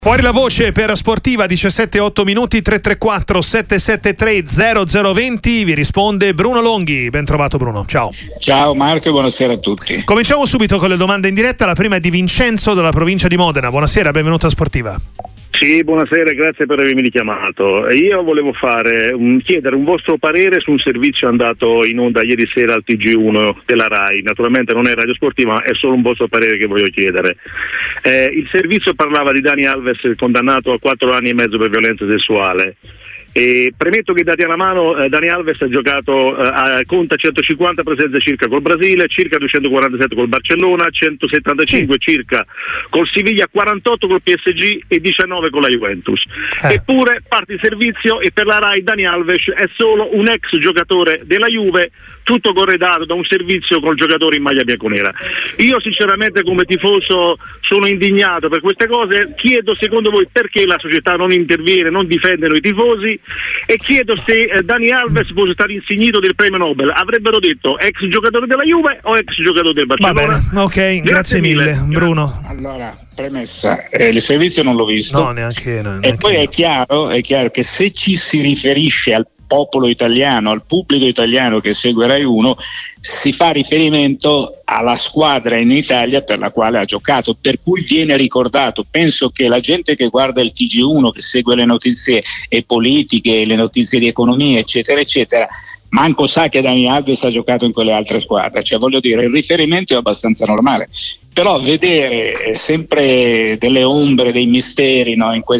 Fuori la voce per Sportiva, 17:08 minuti, 334 773 0020. Vi risponde Bruno Longhi. Ben trovato Bruno, ciao. Ciao Marco e buonasera a tutti. Cominciamo subito con le domande in diretta. La prima è di Vincenzo dalla provincia di Modena. Buonasera, benvenuto a Sportiva. Sì, buonasera, grazie per avermi richiamato. Io volevo chiedere un vostro parere su un servizio andato in onda ieri sera al TG1 della RAI. Naturalmente non è Radio Sportiva, ma è solo un vostro parere che voglio chiedere. Il servizio parlava di Dani Alves, condannato a 4 anni e mezzo per violenza sessuale. E premetto che dati alla mano, Dani Alves ha giocato, conta 150 presenze circa col Brasile, circa 247 col Barcellona, 175 circa col Siviglia, 48 col PSG e 19 con la Juventus. Eppure parte il servizio e per la RAI Dani Alves è solo un ex giocatore della Juve, tutto corredato da un servizio col giocatore in maglia bianconera. Io sinceramente come tifoso sono indignato per queste cose, chiedo secondo voi perché la società non interviene, non difendono i tifosi, e chiedo se Dani Alves può stare insignito del premio Nobel. Avrebbero detto ex giocatore della Juve o ex giocatore del Barcellona? Va bene, ok, grazie mille Bruno. Allora, premessa, il servizio non l'ho visto. No, neanche. E poi è chiaro che se ci si riferisce al popolo italiano, al pubblico italiano che segue Rai 1, si fa riferimento alla squadra in Italia per la quale ha giocato, per cui viene ricordato. Penso che la gente che guarda il TG1, che segue le notizie politiche, le notizie di economia, eccetera, eccetera, manco sa che Dani Alves ha giocato in quelle altre squadre. Cioè, voglio dire, il riferimento è abbastanza normale. Però vedere sempre delle ombre, dei misteri, no, in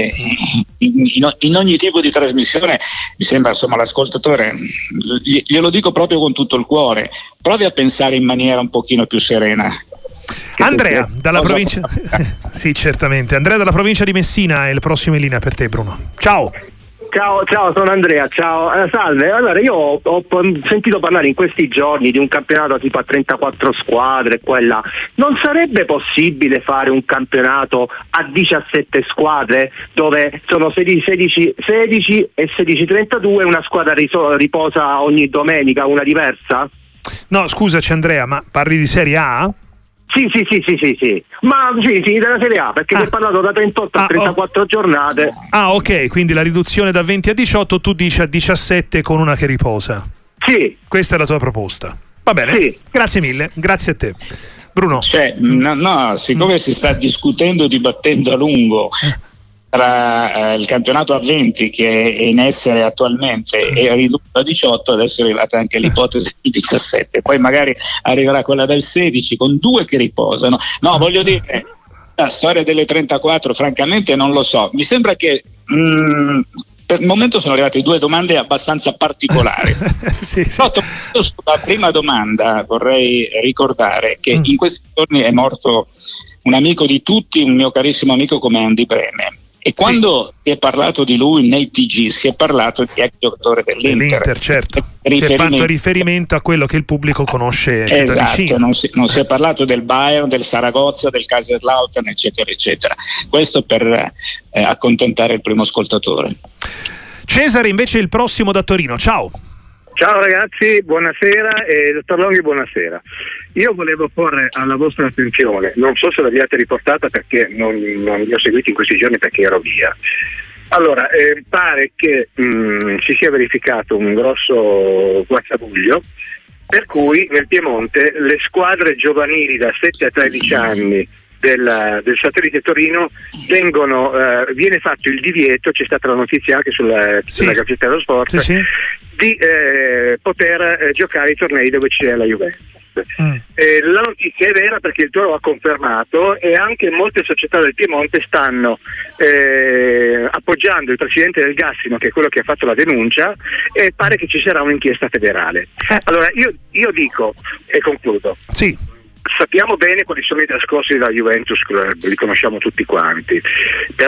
ogni tipo di trasmissione, mi sembra, insomma, l'ascoltatore, glielo dico proprio con tutto il cuore, provi a pensare in maniera un pochino più serena. Andrea dalla provincia sì, certamente. Andrea dalla provincia di Messina è il prossimo in linea per te, Bruno. Ciao, sono Andrea, ciao. Salve, allora io ho sentito parlare in questi giorni di un campionato tipo a 34 squadre, quella. Non sarebbe possibile fare un campionato a 17 squadre dove sono 16 e 16-32, una squadra riposa ogni domenica, una diversa? No, scusaci Andrea, ma parli di Serie A? Sì, ma sì, della Serie A, perché si è parlato da 38 a 34 giornate. Ah, ok, quindi la riduzione da 20 a 18, tu dici a 17 con una che riposa. Sì. Questa è la tua proposta. Va bene, sì. Grazie mille, grazie a te. Bruno. Siccome si sta dibattendo a lungo tra il campionato a 20 che è in essere attualmente e ridotto a 18, adesso è arrivata anche l'ipotesi di 17, poi magari arriverà quella del 16 con 2 che riposano. No, voglio dire, la storia delle 34 francamente non lo so, mi sembra che per il momento sono arrivate 2 domande abbastanza particolari. Sì. Sulla prima domanda vorrei ricordare che in questi giorni è morto un amico di tutti, un mio carissimo amico come Andy Breme. E quando si è parlato di lui nei TG si è parlato di ex giocatore dell'Inter, certo, si è fatto riferimento a quello che il pubblico conosce da vicino. Non si è parlato del Bayern, del Saragozza, del Kaiserslautern, eccetera eccetera. Questo per accontentare il primo ascoltatore. Cesare invece è il prossimo da Torino. Ciao ragazzi, buonasera, e dottor Longhi buonasera. Io volevo porre alla vostra attenzione, non so se l'abbiate riportata perché non li ho seguiti in questi giorni perché ero via. Allora, pare che si sia verificato un grosso guazzabuglio per cui nel Piemonte le squadre giovanili da 7 a 13 anni del Satellite Torino viene fatto il divieto, c'è stata la notizia anche sulla Gazzetta dello Sport, di poter giocare i tornei dove c'è la Juventus. La notizia è vera perché il Toro ha confermato e anche molte società del Piemonte stanno appoggiando il presidente del Gassino, che è quello che ha fatto la denuncia, e pare che ci sarà un'inchiesta federale. Allora io dico e concludo. Sì. Sappiamo bene quali sono i trascorsi della Juventus, li conosciamo tutti quanti, però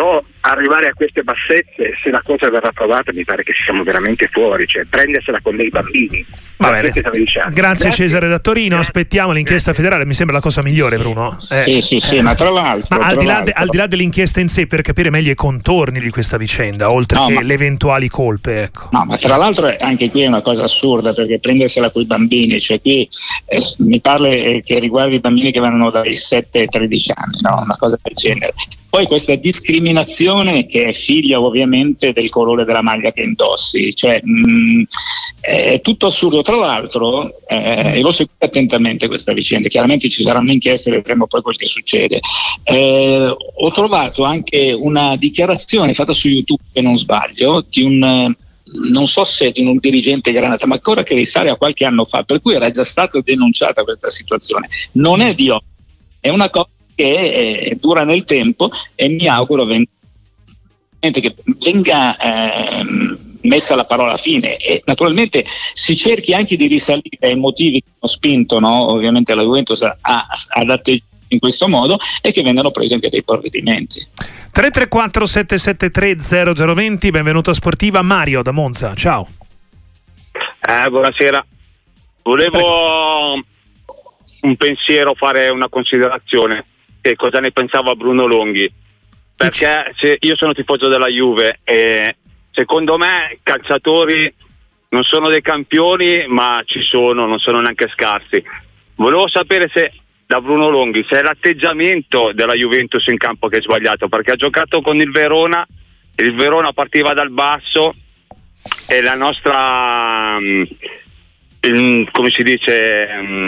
arrivare a queste bassezze, se la cosa verrà approvata, mi pare che siamo veramente fuori, cioè prendersela con dei bambini. Va bene. Grazie Cesare da Torino. Aspettiamo l'inchiesta federale, mi sembra la cosa migliore, Bruno. Sì, ma tra l'altro, ma al di là dell'inchiesta in sé, per capire meglio i contorni di questa vicenda, oltre che le eventuali colpe, ecco. No, ma tra l'altro anche qui è una cosa assurda, perché prendersela con i bambini, cioè qui mi parla che riguarda i bambini che vanno dai 7 ai 13 anni, no? Una cosa del genere. Poi questa discriminazione che è figlia ovviamente del colore della maglia che indossi, cioè è tutto assurdo. Tra l'altro, e l'ho seguito attentamente questa vicenda, chiaramente ci saranno inchieste e vedremo poi quel che succede. Ho trovato anche una dichiarazione fatta su YouTube, se non sbaglio, di non so se di un dirigente Granata, ma ancora che risale a qualche anno fa, per cui era già stata denunciata questa situazione. Non è di oggi, è una cosa che dura nel tempo e mi auguro che venga messa la parola fine e naturalmente si cerchi anche di risalire ai motivi che hanno spinto, no, ovviamente la Juventus ad atteggiare in questo modo e che vengano presi anche dei provvedimenti. 334 773 0020, benvenuto a Sportiva. Mario da Monza, ciao. Buonasera, volevo un pensiero, fare una considerazione, che cosa ne pensava Bruno Longhi, perché io sono tifoso della Juve e secondo me calciatori non sono dei campioni, ma ci sono, non sono neanche scarsi. Volevo sapere se da Bruno Longhi se è l'atteggiamento della Juventus in campo che è sbagliato, perché ha giocato con il Verona partiva dal basso e la nostra come si dice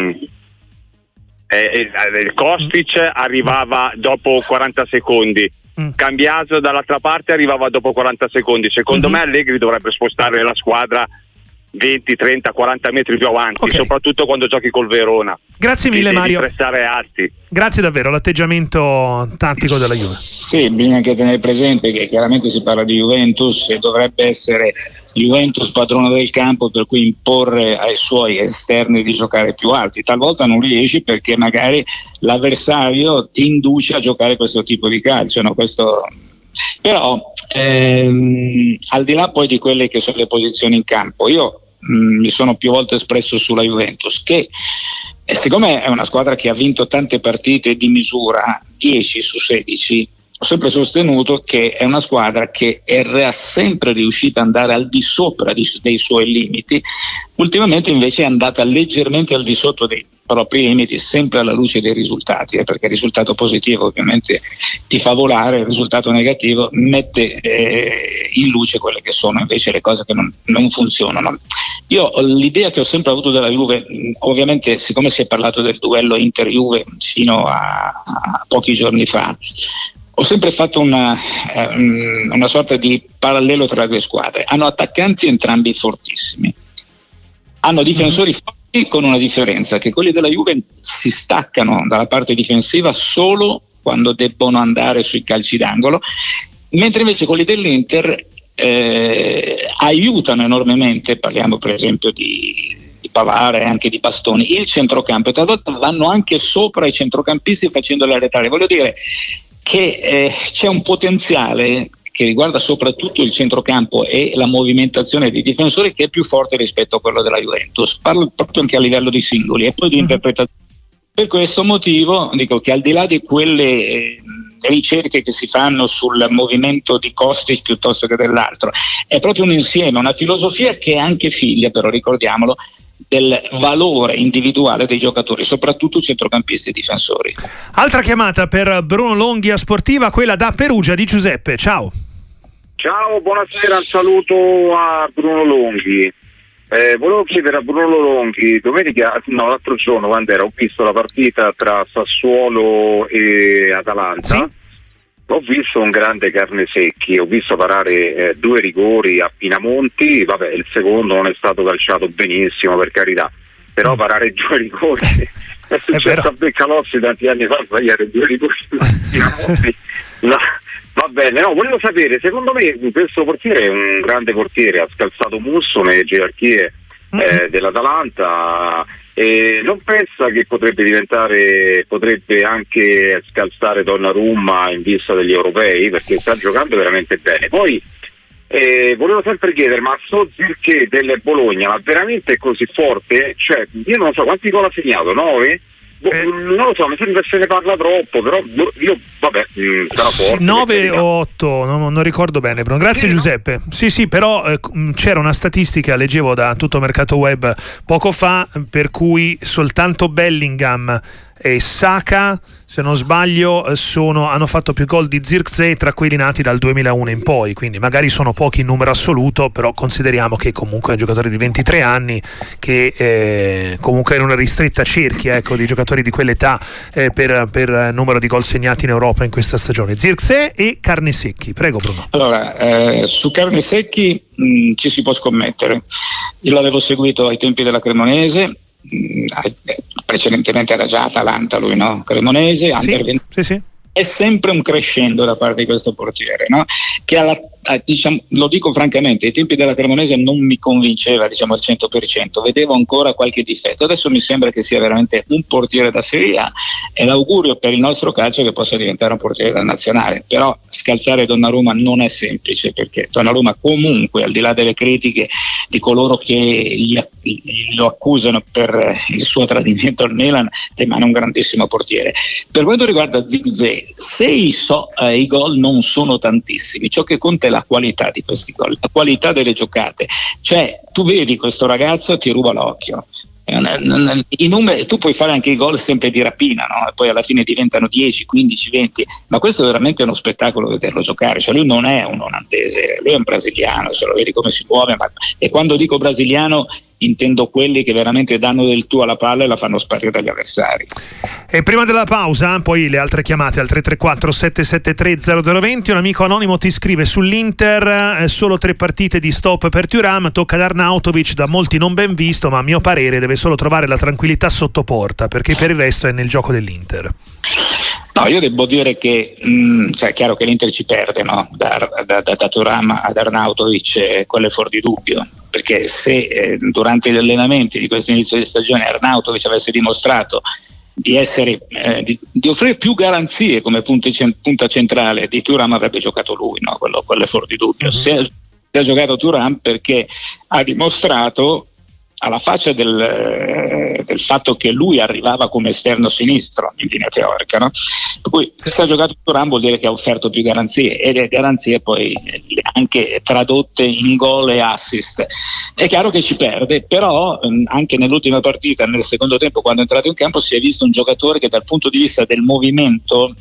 il Kostic arrivava dopo 40 secondi, Cambiaso dall'altra parte arrivava dopo 40 secondi. Secondo me Allegri dovrebbe spostare la squadra 20, 30, 40 metri più avanti, soprattutto quando giochi col Verona. Grazie mille Mario. Di prestare alti. Grazie davvero, l'atteggiamento tattico della Juve. Sì, bisogna anche tenere presente che chiaramente si parla di Juventus e dovrebbe essere Juventus padrona del campo, per cui imporre ai suoi esterni di giocare più alti. Talvolta non riesci perché magari l'avversario ti induce a giocare questo tipo di calcio, no? Però al di là poi di quelle che sono le posizioni in campo, io mi sono più volte espresso sulla Juventus, che siccome è una squadra che ha vinto tante partite di misura, 10 su 16, ho sempre sostenuto che è una squadra che è sempre riuscita ad andare al di sopra dei suoi limiti. Ultimamente invece è andata leggermente al di sotto dei propri limiti, sempre alla luce dei risultati, perché il risultato positivo ovviamente ti fa volare, il risultato negativo mette in luce quelle che sono invece le cose che non funzionano. Io l'idea che ho sempre avuto della Juve, ovviamente siccome si è parlato del duello Inter-Juve fino a pochi giorni fa, ho sempre fatto una sorta di parallelo tra le due squadre. Hanno attaccanti entrambi fortissimi, hanno difensori forti con una differenza, che quelli della Juve si staccano dalla parte difensiva solo quando debbono andare sui calci d'angolo, mentre invece quelli dell'Inter aiutano enormemente, parliamo per esempio di Pavard e anche di Bastoni, il centrocampo, e talvolta vanno anche sopra i centrocampisti facendoli arretrare. Voglio dire che c'è un potenziale che riguarda soprattutto il centrocampo e la movimentazione dei difensori che è più forte rispetto a quello della Juventus. Parlo proprio anche a livello di singoli e poi di interpretazione. Per questo motivo dico che al di là di quelle ricerche che si fanno sul movimento di Kostic piuttosto che dell'altro, è proprio un insieme, una filosofia che è anche figlia, però ricordiamolo, del valore individuale dei giocatori, soprattutto centrocampisti e difensori. Altra chiamata per Bruno Longhi a Sportiva, quella da Perugia di Giuseppe. Ciao. Ciao, buonasera, un saluto a Bruno Longhi. Volevo chiedere a Bruno Longhi, l'altro giorno quando ho visto la partita tra Sassuolo e Atalanta, sì? Ho visto un grande Carnesecchi, ho visto parare 2 rigori a Pinamonti, vabbè il secondo non è stato calciato benissimo per carità, però parare 2 rigori è successo a Beccalossi tanti anni fa, sbagliare 2 rigori a Pinamonti, no, va bene, no, volevo sapere, secondo me questo portiere è un grande portiere, ha scalzato Musso nelle gerarchie dell'Atalanta, Non pensa che potrebbe anche scalzare Donnarumma in vista degli europei, perché sta giocando veramente bene. Poi volevo sempre chiedere, ma sto Zirkzee del Bologna, ma veramente è così forte? Cioè, io non so quanti gol ha segnato, 9? Non lo so, mi sembra che se ne parla troppo, però io vabbè, sarà forte. 9 o 8, non ricordo bene, Bruno. Grazie, sì, Giuseppe. No? Sì, però c'era una statistica, leggevo da Tutto Mercato Web poco fa, per cui soltanto Bellingham e Saka, se non sbaglio, hanno fatto più gol di Zirkzee tra quelli nati dal 2001 in poi, quindi magari sono pochi in numero assoluto, però consideriamo che comunque è un giocatore di 23 anni che comunque è in una ristretta cerchia, ecco, di giocatori di quell'età per numero di gol segnati in Europa in questa stagione. Zirkzee e Carnesecchi, prego Bruno. Allora, su Carnesecchi ci si può scommettere. Io l'avevo seguito ai tempi della Cremonese, precedentemente era già Atalanta lui, no? Cremonese, Under 20. Sì. È sempre un crescendo da parte di questo portiere, no? Che diciamo, lo dico francamente, ai tempi della Cremonese non mi convinceva, diciamo, al 100%, vedevo ancora qualche difetto. Adesso mi sembra che sia veramente un portiere da Serie A, e l'augurio per il nostro calcio è che possa diventare un portiere da nazionale. Però scalzare Donnarumma non è semplice, perché Donnarumma comunque, al di là delle critiche di coloro che lo accusano per il suo tradimento al Milan, rimane un grandissimo portiere. Per quanto riguarda Zirkzee, se i gol non sono tantissimi, ciò che conta è la qualità di questi gol, la qualità delle giocate. Cioè, tu vedi questo ragazzo, ti ruba l'occhio. I numeri, tu puoi fare anche i gol sempre di rapina, no? E poi alla fine diventano 10, 15, 20, ma questo è veramente uno spettacolo vederlo giocare. Cioè, lui non è un olandese, lui è un brasiliano, se lo vedi come si muove, e quando dico brasiliano intendo quelli che veramente danno del tuo alla palla e la fanno sparire dagli avversari. E prima della pausa, poi le altre chiamate al 334 773 0020. Un amico anonimo ti scrive sull'Inter: solo 3 partite di stop per Thuram, tocca ad Arnautovic, da molti non ben visto, ma a mio parere deve solo trovare la tranquillità sotto porta, perché per il resto è nel gioco dell'Inter. No, io devo dire che è chiaro che l'Inter ci perde, no? Da Thuram ad Arnautovic, quello è fuori di dubbio, perché se durante gli allenamenti di questo inizio di stagione Arnautovic avesse dimostrato di essere di offrire più garanzie come punta centrale di Thuram, avrebbe giocato lui, no? Quello è fuori di dubbio. Se ha giocato Thuram perché ha dimostrato, alla faccia del fatto che lui arrivava come esterno sinistro in linea teorica, no? Per cui se ha giocato Thuram vuol dire che ha offerto più garanzie, e le garanzie poi anche tradotte in gol e assist. È chiaro che ci perde, però anche nell'ultima partita, nel secondo tempo, quando è entrato in campo, si è visto un giocatore che dal punto di vista del movimento,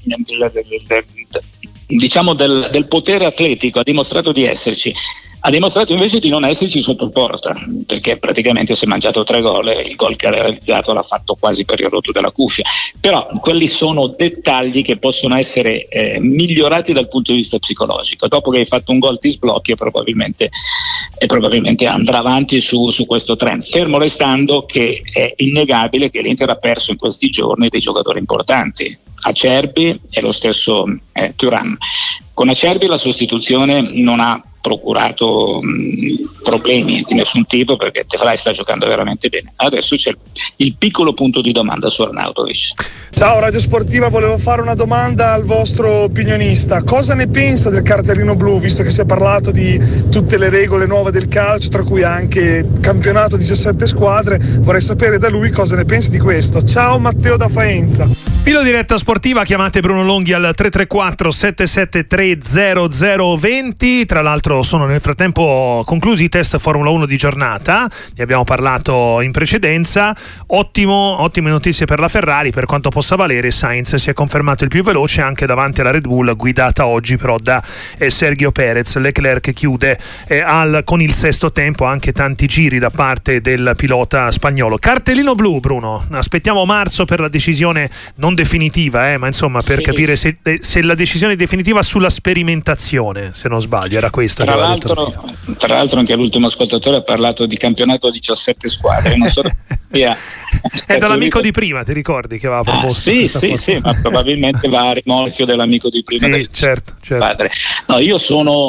diciamo del potere atletico, ha dimostrato di esserci. Ha dimostrato invece di non esserci sotto porta, perché praticamente si è mangiato 3 gol e il gol che ha realizzato l'ha fatto quasi per il rotto della cuffia. Però quelli sono dettagli che possono essere migliorati dal punto di vista psicologico. Dopo che hai fatto un gol ti sblocchi e probabilmente andrà avanti su questo trend, fermo restando che è innegabile che l'Inter ha perso in questi giorni dei giocatori importanti, Acerbi e lo stesso Thuram. Con Acerbi la sostituzione non ha procurato problemi di nessun tipo, perché Tefrai sta giocando veramente bene. Adesso c'è il piccolo punto di domanda su Arnautovic. Ciao Radio Sportiva, volevo fare una domanda al vostro opinionista: cosa ne pensa del cartellino blu, visto che si è parlato di tutte le regole nuove del calcio, tra cui anche campionato 17 squadre? Vorrei sapere da lui cosa ne pensa di questo. Ciao, Matteo da Faenza. Filo diretta sportiva, chiamate Bruno Longhi al 334 773 0020. Tra l'altro sono nel frattempo conclusi i test Formula 1 di giornata, ne abbiamo parlato in precedenza. Ottime notizie per la Ferrari, per quanto possa valere. Sainz si è confermato il più veloce anche davanti alla Red Bull, guidata oggi però da Sergio Perez. Leclerc chiude con il sesto tempo, anche tanti giri da parte del pilota spagnolo. Cartellino blu, Bruno, aspettiamo marzo per la decisione non definitiva, ma insomma per capire se la decisione definitiva sulla sperimentazione, se non sbaglio era questa. Tra l'altro anche l'ultimo ascoltatore ha parlato di campionato 17 squadre, non so è dall'amico di prima, ti ricordi che aveva proposto? Sì, ma probabilmente va a rimorchio dell'amico di prima. Sì, certo. Padre. No, io sono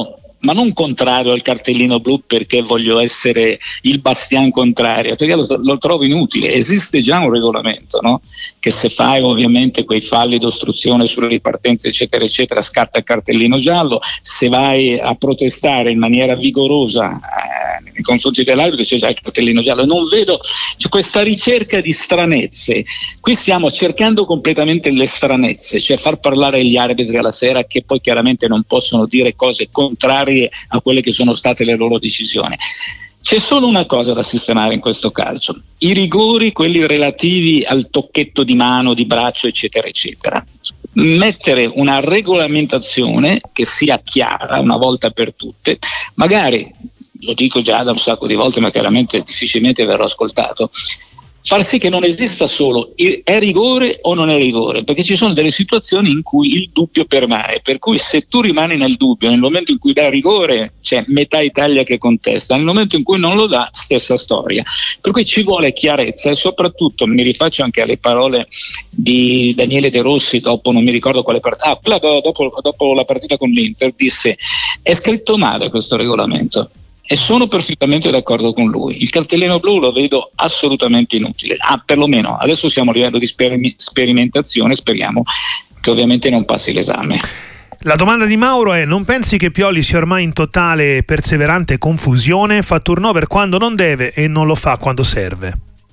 ma non contrario al cartellino blu perché voglio essere il bastian contrario, perché lo trovo inutile. Esiste già un regolamento, no? Che se fai ovviamente quei falli d'ostruzione sulle ripartenze eccetera eccetera scatta il cartellino giallo, se vai a protestare in maniera vigorosa nei confronti dell'arbitro c'è già il cartellino giallo. Non vedo questa ricerca di stranezze, qui stiamo cercando completamente le stranezze, cioè far parlare gli arbitri alla sera che poi chiaramente non possono dire cose contrarie a quelle che sono state le loro decisioni. C'è solo una cosa da sistemare in questo calcio: i rigori, quelli relativi al tocchetto di mano, di braccio eccetera eccetera. Mettere una regolamentazione che sia chiara una volta per tutte, magari, lo dico già da un sacco di volte ma chiaramente difficilmente verrò ascoltato, far sì che non esista solo è rigore o non è rigore, perché ci sono delle situazioni in cui il dubbio permane, per cui se tu rimani nel dubbio nel momento in cui dà rigore c'è metà Italia che contesta, nel momento in cui non lo dà stessa storia, per cui ci vuole chiarezza. E soprattutto mi rifaccio anche alle parole di Daniele De Rossi dopo non mi ricordo quale partita, dopo la partita con l'Inter, disse: è scritto male questo regolamento. E sono perfettamente d'accordo con lui. Il cartellino blu lo vedo assolutamente inutile. Perlomeno adesso siamo a livello di sperimentazione, speriamo che ovviamente non passi l'esame. La domanda di Mauro è: non pensi che Pioli sia ormai in totale perseverante confusione? Fa turnover quando non deve e non lo fa quando serve.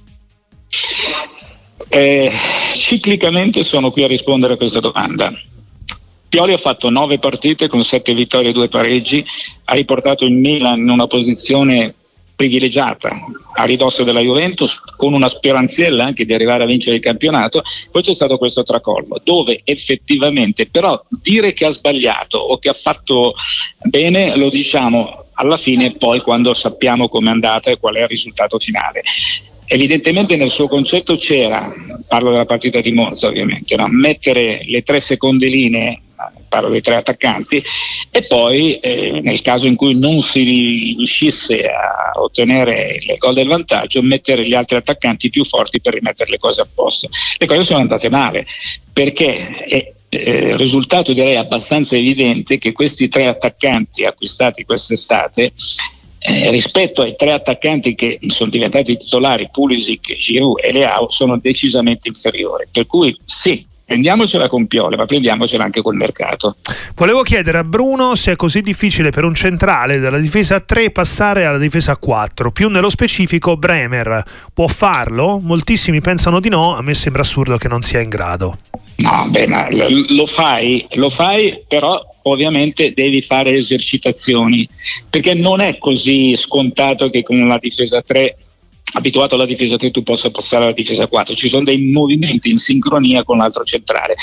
Ciclicamente sono qui a rispondere a questa domanda. Pioli ha fatto 9 partite con 7 vittorie e 2 pareggi, ha riportato il Milan in una posizione privilegiata a ridosso della Juventus, con una speranziella anche di arrivare a vincere il campionato. Poi c'è stato questo tracollo dove effettivamente, però, dire che ha sbagliato o che ha fatto bene lo diciamo alla fine, poi quando sappiamo com'è andata e qual è il risultato finale. Evidentemente nel suo concetto c'era, parlo della partita di Monza ovviamente, no? Mettere le 3 seconde linee, parlo dei 3 attaccanti, e poi nel caso in cui non si riuscisse a ottenere il gol del vantaggio, mettere gli altri attaccanti più forti per rimettere le cose a posto. Le cose sono andate male perché il risultato direi abbastanza evidente che questi 3 attaccanti acquistati quest'estate rispetto ai 3 attaccanti che sono diventati titolari, Pulisic, Giroud e Leao, sono decisamente inferiori, per cui sì, prendiamocela con Pioli, ma prendiamocela anche col mercato. Volevo chiedere a Bruno se è così difficile per un centrale dalla difesa a 3 passare alla difesa a 4, più nello specifico Bremer può farlo? Moltissimi pensano di no, a me sembra assurdo che non sia in grado. No, beh, ma lo fai, però ovviamente devi fare esercitazioni, perché non è così scontato che con la difesa 3, abituato alla difesa 3, tu possa passare alla difesa 4. Ci sono dei movimenti in sincronia con l'altro centrale.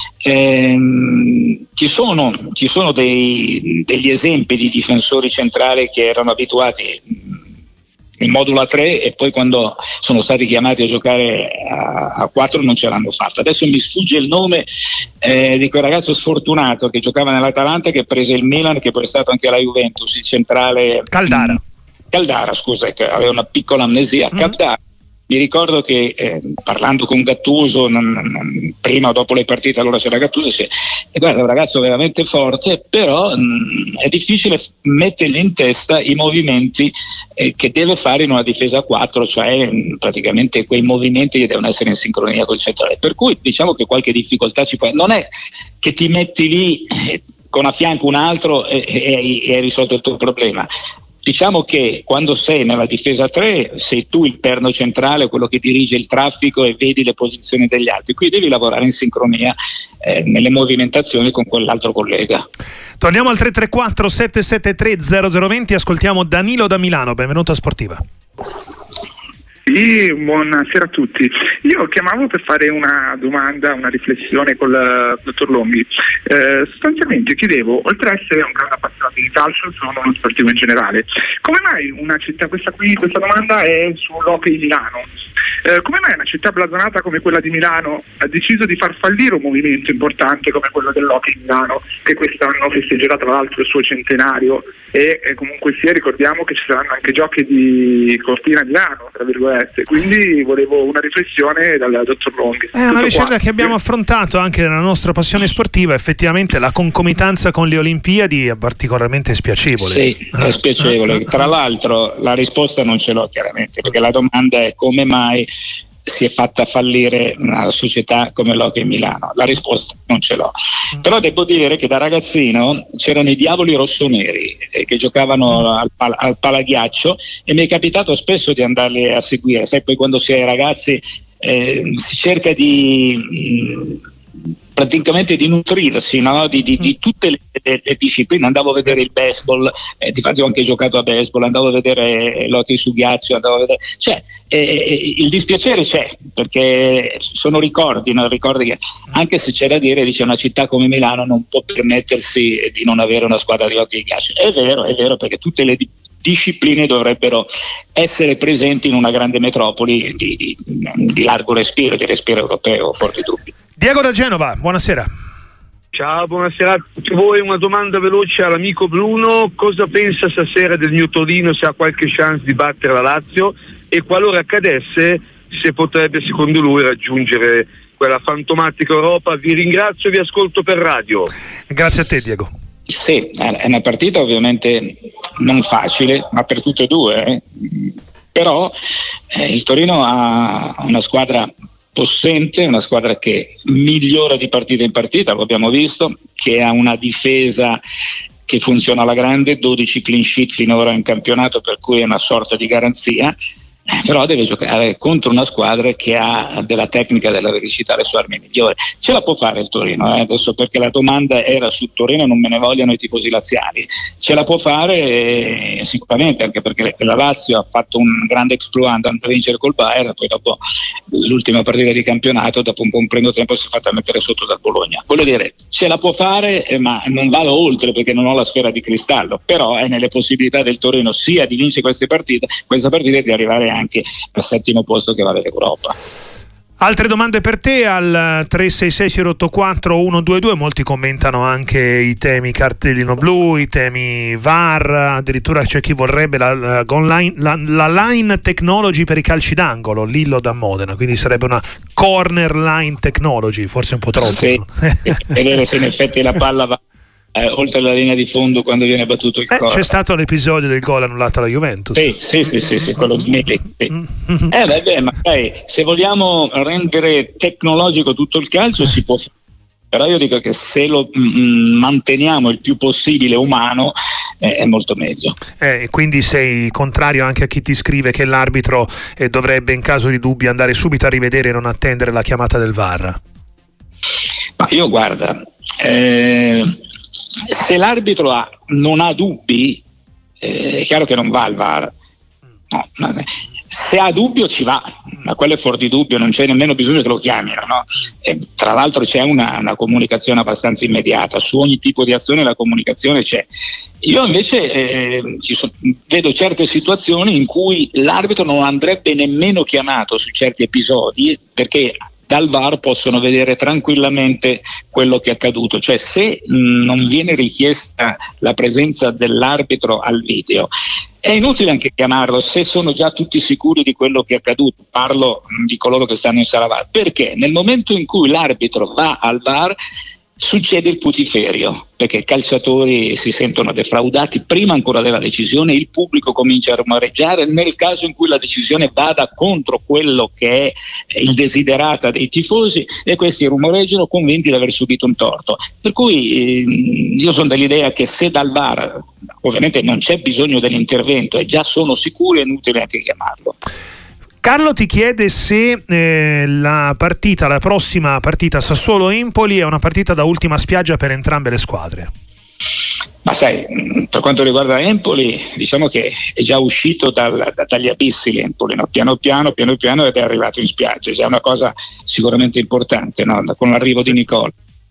Ci sono degli esempi di difensori centrali che erano abituati in modulo a 3 e poi quando sono stati chiamati a giocare a 4 non ce l'hanno fatta. Adesso mi sfugge il nome di quel ragazzo sfortunato che giocava nell'Atalanta, che prese il Milan, che poi è stato anche alla Juventus, il centrale Caldara, scusa, che aveva una piccola amnesia. Caldara, mi ricordo che parlando con Gattuso prima o dopo le partite, allora c'era Gattuso, guarda, è un ragazzo veramente forte, però è difficile mettergli in testa i movimenti che deve fare in una difesa a 4, cioè praticamente quei movimenti che devono essere in sincronia col centrale, per cui diciamo che qualche difficoltà ci può. Non è che ti metti lì con a fianco un altro e hai risolto il tuo problema. Diciamo che quando sei nella difesa 3 sei tu il perno centrale, quello che dirige il traffico e vedi le posizioni degli altri, qui devi lavorare in sincronia nelle movimentazioni con quell'altro collega. Torniamo al 334 773 0020, ascoltiamo Danilo da Milano, benvenuto a Sportiva. Sì, buonasera a tutti. Io chiamavo per fare una domanda, una riflessione col dottor Longhi. Sostanzialmente chiedevo, oltre a essere un grande appassionato di calcio, sono uno sportivo in generale, come mai una città, questa domanda è sull'Hockey Milano, come mai una città blasonata come quella di Milano ha deciso di far fallire un movimento importante come quello dell'Hockey Milano, che quest'anno festeggerà tra l'altro il suo centenario e comunque sia ricordiamo che ci saranno anche giochi di Cortina Milano, tra virgolette. diverse, quindi volevo una riflessione dal dottor Longhi. È una vicenda che abbiamo affrontato anche nella nostra passione sportiva. Effettivamente la concomitanza con le Olimpiadi è particolarmente spiacevole. Sì, è spiacevole. Tra l'altro la risposta non ce l'ho chiaramente, perché la domanda è: come mai si è fatta fallire una società come l'Hockey Milano? La risposta non ce l'ho, però devo dire che da ragazzino c'erano i Diavoli Rossoneri che giocavano al palaghiaccio, e mi è capitato spesso di andarli a seguire. Sai, poi quando si è ragazzi si cerca di praticamente di nutrirsi, no? di tutte le discipline. Andavo a vedere il baseball, difatti ho anche giocato a baseball, andavo a vedere l'hockey su ghiaccio, andavo a vedere, cioè il dispiacere c'è, perché sono ricordi, no? Ricordi che, anche se c'è da dire, dice, una città come Milano non può permettersi di non avere una squadra di hockey ghiaccio. È vero, perché tutte le discipline dovrebbero essere presenti in una grande metropoli di largo respiro, di respiro europeo, fuori dubbi. Diego da Genova, buonasera. Ciao, buonasera a tutti voi. Una domanda veloce all'amico Bruno: cosa pensa stasera del mio Torino, se ha qualche chance di battere la Lazio, e qualora accadesse, se potrebbe secondo lui raggiungere quella fantomatica Europa? Vi ringrazio, vi ascolto per radio. Grazie a te, Diego. Sì, è una partita ovviamente non facile, ma per tutte e due, però il Torino ha una squadra possente, una squadra che migliora di partita in partita, lo abbiamo visto, che ha una difesa che funziona alla grande, 12 clean sheet finora in campionato, per cui è una sorta di garanzia, però deve giocare contro una squadra che ha della tecnica, della velocità, le sue armi migliori. Ce la può fare il Torino, adesso, perché la domanda era su Torino, non me ne vogliano i tifosi laziali. Ce la può fare sicuramente, anche perché la Lazio ha fatto un grande exploit andando a vincere col Bayern, poi dopo l'ultima partita di campionato, dopo un buon primo tempo, si è fatta mettere sotto dal Bologna. Voglio dire, ce la può fare, ma non vado oltre perché non ho la sfera di cristallo, però è nelle possibilità del Torino sia di vincere questa partita e di arrivare anche al settimo posto che vale l'Europa. Altre domande per te al 366-084-122. Molti commentano anche i temi cartellino blu, i temi VAR, addirittura c'è chi vorrebbe la line technology per i calci d'angolo, Lillo da Modena, quindi sarebbe una corner line technology, forse un po' troppo. Sì, vedere se in effetti la palla va oltre la linea di fondo quando viene battuto il corner. C'è stato l'episodio del gol annullato alla Juventus. Sì, quello di Milik. Vabbè, ma se vogliamo rendere tecnologico tutto il calcio si può fare, però io dico che se lo manteniamo il più possibile umano è molto meglio. Quindi sei contrario anche a chi ti scrive che l'arbitro dovrebbe, in caso di dubbi, andare subito a rivedere e non attendere la chiamata del VAR? Ma io, guarda, se l'arbitro non ha dubbi, è chiaro che non va al VAR. No, se ha dubbio ci va, ma quello è fuori di dubbio, non c'è nemmeno bisogno che lo chiamino, no? Tra l'altro c'è una comunicazione abbastanza immediata, su ogni tipo di azione la comunicazione c'è. Io invece vedo certe situazioni in cui l'arbitro non andrebbe nemmeno chiamato su certi episodi, perché dal VAR possono vedere tranquillamente quello che è accaduto. Cioè, se non viene richiesta la presenza dell'arbitro al video, è inutile anche chiamarlo se sono già tutti sicuri di quello che è accaduto. Parlo di coloro che stanno in sala VAR, perché nel momento in cui l'arbitro va al VAR succede il putiferio, perché i calciatori si sentono defraudati prima ancora della decisione, il pubblico comincia a rumoreggiare nel caso in cui la decisione vada contro quello che è il desiderata dei tifosi, e questi rumoreggiano convinti di aver subito un torto. Per cui io sono dell'idea che se dal VAR ovviamente non c'è bisogno dell'intervento e già sono sicuri, è inutile anche chiamarlo. Carlo ti chiede se la prossima partita Sassuolo-Empoli è una partita da ultima spiaggia per entrambe le squadre. Ma sai, per quanto riguarda Empoli, diciamo che è già uscito dagli abissi l'Empoli, no? piano piano ed è arrivato in spiaggia. È una cosa sicuramente importante, no? Con l'arrivo di Nicola.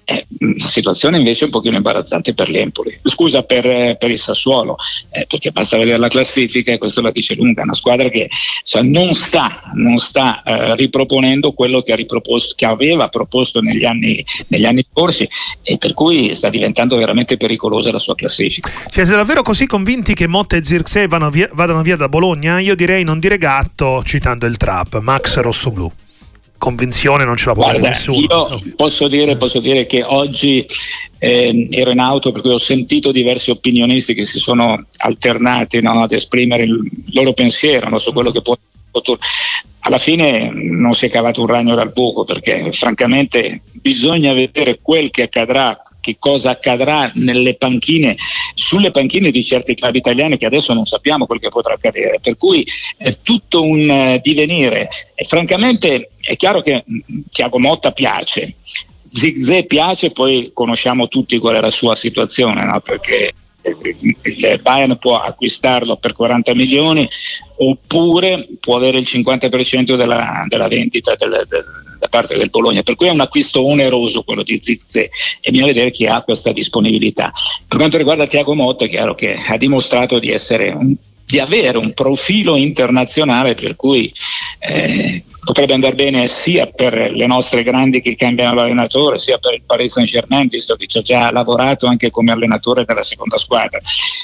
Situazione invece un pochino imbarazzante per l'Empoli, scusa, per il Sassuolo, perché basta vedere la classifica e questo la dice lunga. Una squadra che non sta riproponendo quello che aveva proposto negli anni scorsi, e per cui sta diventando veramente pericolosa la sua classifica. Siete davvero così convinti che Motta e Zirkzee vadano via da Bologna? Io direi non dire gatto, citando il trap, Max Rossoblu. Convinzione non ce la può avere nessuno. Io posso dire che oggi ero in auto, per cui ho sentito diversi opinionisti che si sono alternati ad esprimere il loro pensiero su quello che può. Alla fine non si è cavato un ragno dal buco, perché francamente bisogna vedere quel che accadrà, che cosa accadrà sulle panchine di certi club italiani, che adesso non sappiamo quel che potrà accadere, per cui è tutto un divenire. E francamente è chiaro che Thiago Motta piace, Zirkzee piace, poi conosciamo tutti qual è la sua situazione, perché il Bayern può acquistarlo per 40 milioni oppure può avere il 50% della vendita da parte del Bologna, per cui è un acquisto oneroso quello di Zirkzee, e bisogna vedere chi ha questa disponibilità. Per quanto riguarda Thiago Motta, è chiaro che ha dimostrato di avere un profilo internazionale, per cui potrebbe andare bene sia per le nostre grandi che cambiano l'allenatore, sia per il Paris Saint-Germain, visto che ci ha già lavorato anche come allenatore della seconda squadra.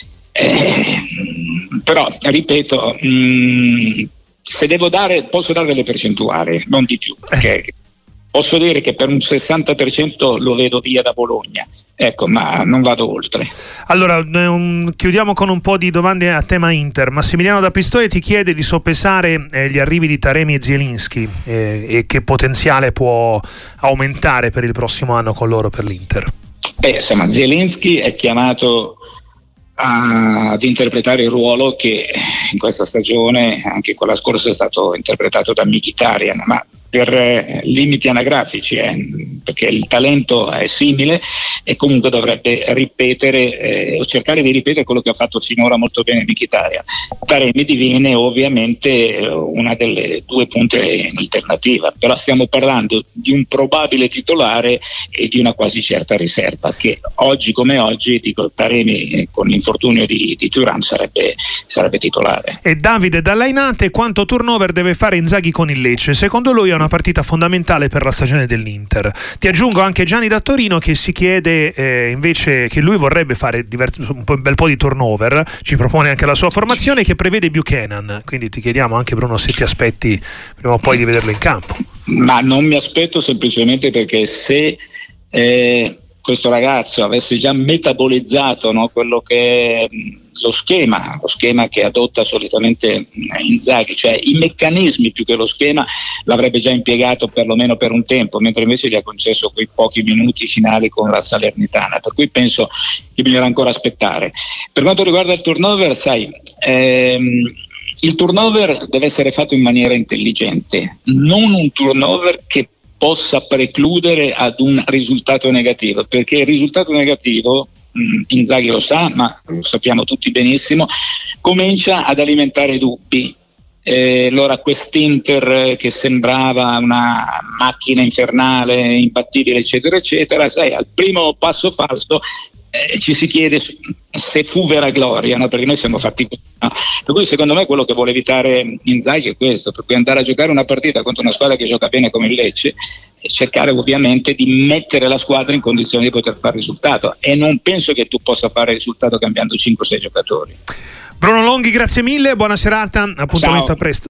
Però ripeto, se devo posso dare delle percentuali, non di più, perché posso dire che per un 60% lo vedo via da Bologna, ma non vado oltre. Allora, chiudiamo con un po' di domande a tema Inter. Massimiliano da Pistoia ti chiede di soppesare gli arrivi di Taremi e Zielinski e che potenziale può aumentare per il prossimo anno con loro per l'Inter. Zielinski è chiamato ad interpretare il ruolo che in questa stagione, anche in quella scorsa, è stato interpretato da Mkhitaryan, ma per limiti anagrafici, perché il talento è simile e comunque dovrebbe ripetere o cercare di ripetere quello che ha fatto finora molto bene Mkhitaryan. Taremi diviene ovviamente una delle due punte in alternativa, però stiamo parlando di un probabile titolare e di una quasi certa riserva, che oggi come oggi, Taremi con l'infortunio di Thuram sarebbe titolare. E Davide dall'Ainate: quanto turnover deve fare Inzaghi con il Lecce? Secondo lui è una partita fondamentale per la stagione dell'Inter. Ti aggiungo anche Gianni da Torino, che si chiede invece che lui vorrebbe fare un bel po' di turnover, ci propone anche la sua formazione che prevede Buchanan, quindi ti chiediamo anche, Bruno, se ti aspetti prima o poi di vederlo in campo. Ma non mi aspetto, semplicemente perché se questo ragazzo avesse già metabolizzato quello che è lo schema che adotta solitamente Inzaghi, cioè i meccanismi più che lo schema, l'avrebbe già impiegato perlomeno per un tempo, mentre invece gli ha concesso quei pochi minuti finali con la Salernitana, per cui penso che bisognerà ancora aspettare. Per quanto riguarda il turnover, il turnover deve essere fatto in maniera intelligente, non un turnover che possa precludere ad un risultato negativo, perché il risultato negativo, Inzaghi lo sa, ma lo sappiamo tutti benissimo, comincia ad alimentare dubbi. Allora quest'Inter che sembrava una macchina infernale, imbattibile, eccetera eccetera, al primo passo falso ci si chiede se fu vera gloria, perché noi siamo fatti così, per cui secondo me quello che vuole evitare Inzaghi è questo, per cui andare a giocare una partita contro una squadra che gioca bene come il Lecce e cercare ovviamente di mettere la squadra in condizione di poter fare risultato, e non penso che tu possa fare risultato cambiando 5-6 giocatori. Bruno Longhi, grazie mille, buona serata, appuntamento a presto.